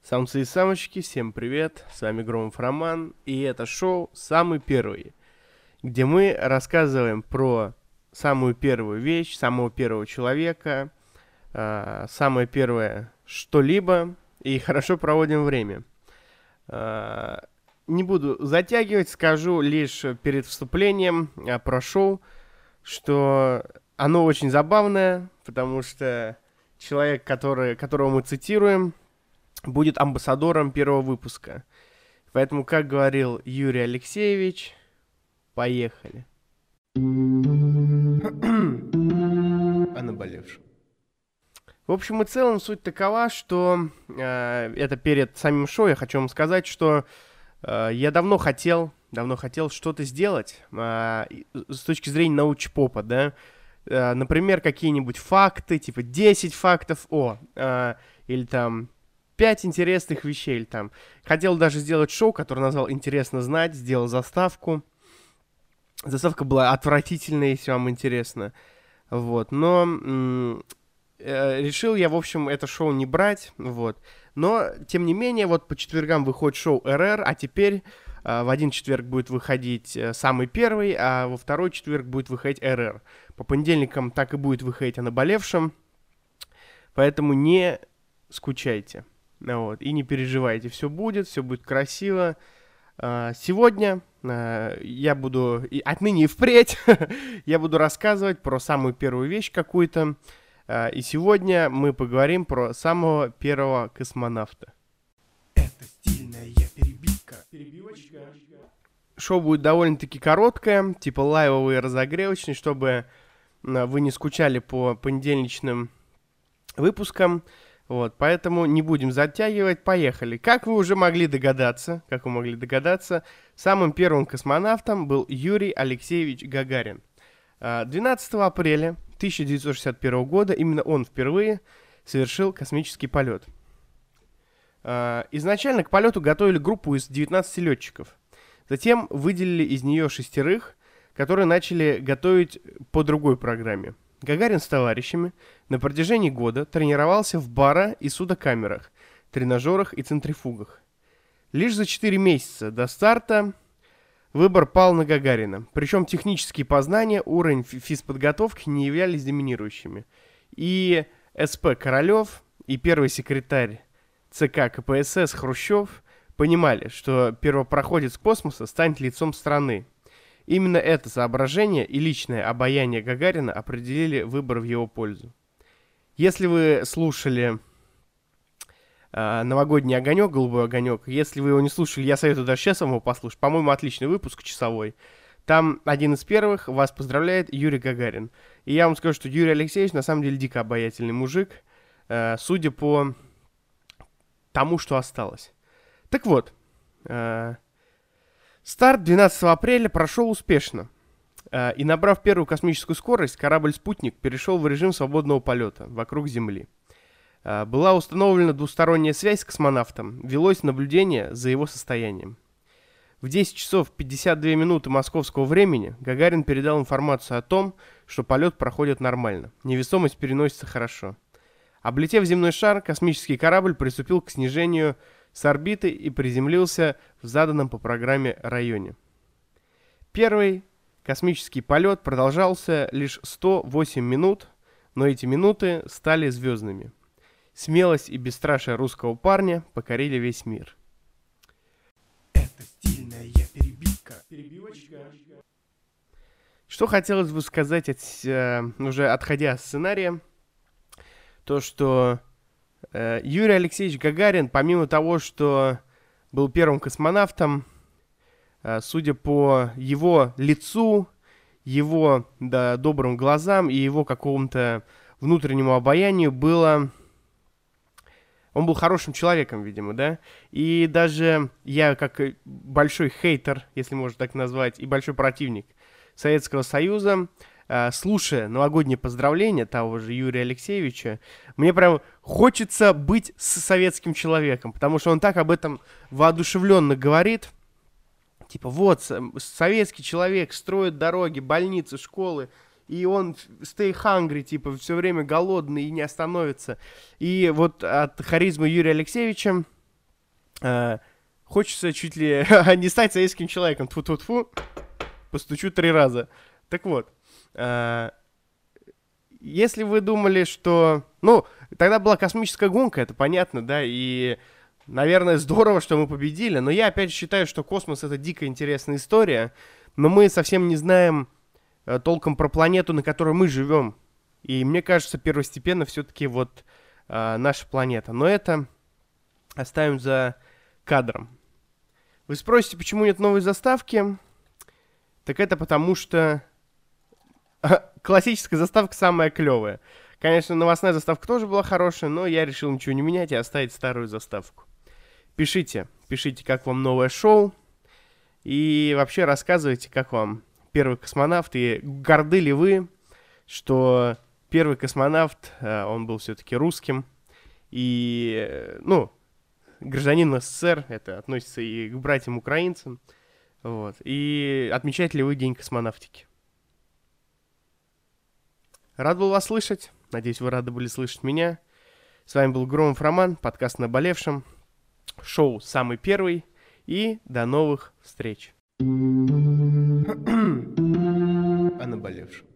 Самцы и самочки, всем привет, с вами Громов Роман, и это шоу «Самый первый», где мы рассказываем про самую первую вещь, самого первого человека, самое первое что-либо, и хорошо проводим время. Не буду затягивать, скажу лишь перед вступлением про шоу, что оно очень забавное, потому что человек, которого мы цитируем, будет амбассадором первого выпуска. Поэтому, как говорил Юрий Алексеевич, поехали. О наболевшем. В общем и целом, суть такова, что это перед самим шоу я хочу вам сказать, что я давно хотел что-то сделать с точки зрения научпопа, да. Например, какие-нибудь факты, типа 10 фактов или там 5 интересных вещей, или там. Хотел даже сделать шоу, которое назвал «Интересно знать», сделал заставку. Заставка была отвратительная, если вам интересно. Вот, но решил я, в общем, это шоу не брать, вот. Но, тем не менее, вот по четвергам выходит шоу РР, а теперь в один четверг будет выходить самый первый, а во второй четверг будет выходить РР. По понедельникам так и будет выходить о наболевшем, поэтому не скучайте. Вот, и не переживайте, все будет красиво. Сегодня я буду, и отныне и впредь, я буду рассказывать про самую первую вещь какую-то. И сегодня мы поговорим про самого первого космонавта. Это стильная перебивочка. Шоу будет довольно-таки короткое, типа лайвовый разогревочный, чтобы вы не скучали по понедельничным выпускам. Вот, поэтому не будем затягивать, поехали. Как вы могли догадаться, самым первым космонавтом был Юрий Алексеевич Гагарин. 12 апреля 1961 года именно он впервые совершил космический полет. Изначально к полету готовили группу из 19 летчиков. Затем выделили из нее 6, которые начали готовить по другой программе. Гагарин с товарищами на протяжении года тренировался в бара- и судокамерах, тренажерах и центрифугах. Лишь за 4 месяца до старта выбор пал на Гагарина. Причем технические познания, уровень физподготовки не являлись доминирующими. И СП Королев, и первый секретарь ЦК КПСС Хрущев понимали, что первопроходец космоса станет лицом страны. Именно это соображение и личное обаяние Гагарина определили выбор в его пользу. Если вы слушали «Новогодний огонек», «Голубой огонек», если вы его не слушали, я советую даже сейчас вам его послушать. По-моему, отличный выпуск, часовой. Там один из первых вас поздравляет Юрий Гагарин. И я вам скажу, что Юрий Алексеевич на самом деле дико обаятельный мужик, судя по тому, что осталось. Так вот, старт 12 апреля прошел успешно, и набрав первую космическую скорость, корабль-спутник перешел в режим свободного полета вокруг Земли. Была установлена двусторонняя связь с космонавтом, велось наблюдение за его состоянием. В 10 часов 52 минуты московского времени Гагарин передал информацию о том, что полет проходит нормально, невесомость переносится хорошо. Облетев земной шар, космический корабль приступил к снижению с орбиты и приземлился в заданном по программе районе. Первый космический полет продолжался лишь 108 минут, но эти минуты стали звездными. Смелость и бесстрашие русского парня покорили весь мир. Это стильная перебивочка. Что хотелось бы сказать, уже отходя от сценария, то что Юрий Алексеевич Гагарин, помимо того, что был первым космонавтом, судя по его лицу, его добрым глазам и его какому-то внутреннему обаянию он был хорошим человеком, видимо, да? И даже я, как большой хейтер, если можно так назвать, и большой противник Советского Союза, слушая новогодние поздравления того же Юрия Алексеевича, мне прям хочется быть с советским человеком, потому что он так об этом воодушевленно говорит. Типа, вот, советский человек строит дороги, больницы, школы, и он stay hungry, типа, все время голодный и не остановится. И вот от харизмы Юрия Алексеевича Хочется чуть ли не стать советским человеком. Тьфу-тьфу-тьфу. Постучу 3 раза. Так вот. Если вы думали, что... Ну, тогда была космическая гонка, это понятно, да, и, наверное, здорово, что мы победили, но я опять считаю, что космос — это дико интересная история, но мы совсем не знаем толком про планету, на которой мы живем. И мне кажется, первостепенно все-таки вот наша планета. Но это оставим за кадром. Вы спросите, почему нет новой заставки? Так это потому, что классическая заставка самая клевая. Конечно, новостная заставка тоже была хорошая, но я решил ничего не менять и оставить старую заставку. Пишите, как вам новое шоу. И вообще рассказывайте, как вам первый космонавт. И горды ли вы, что первый космонавт, он был все-таки русским. И, ну, гражданин СССР, это относится и к братьям-украинцам. Вот. И отмечаете ли вы День космонавтики? Рад был вас слышать. Надеюсь, вы рады были слышать меня. С вами был Громов Роман, подкаст «Наболевшем». Шоу «Самый первый». И до новых встреч. О наболевшем.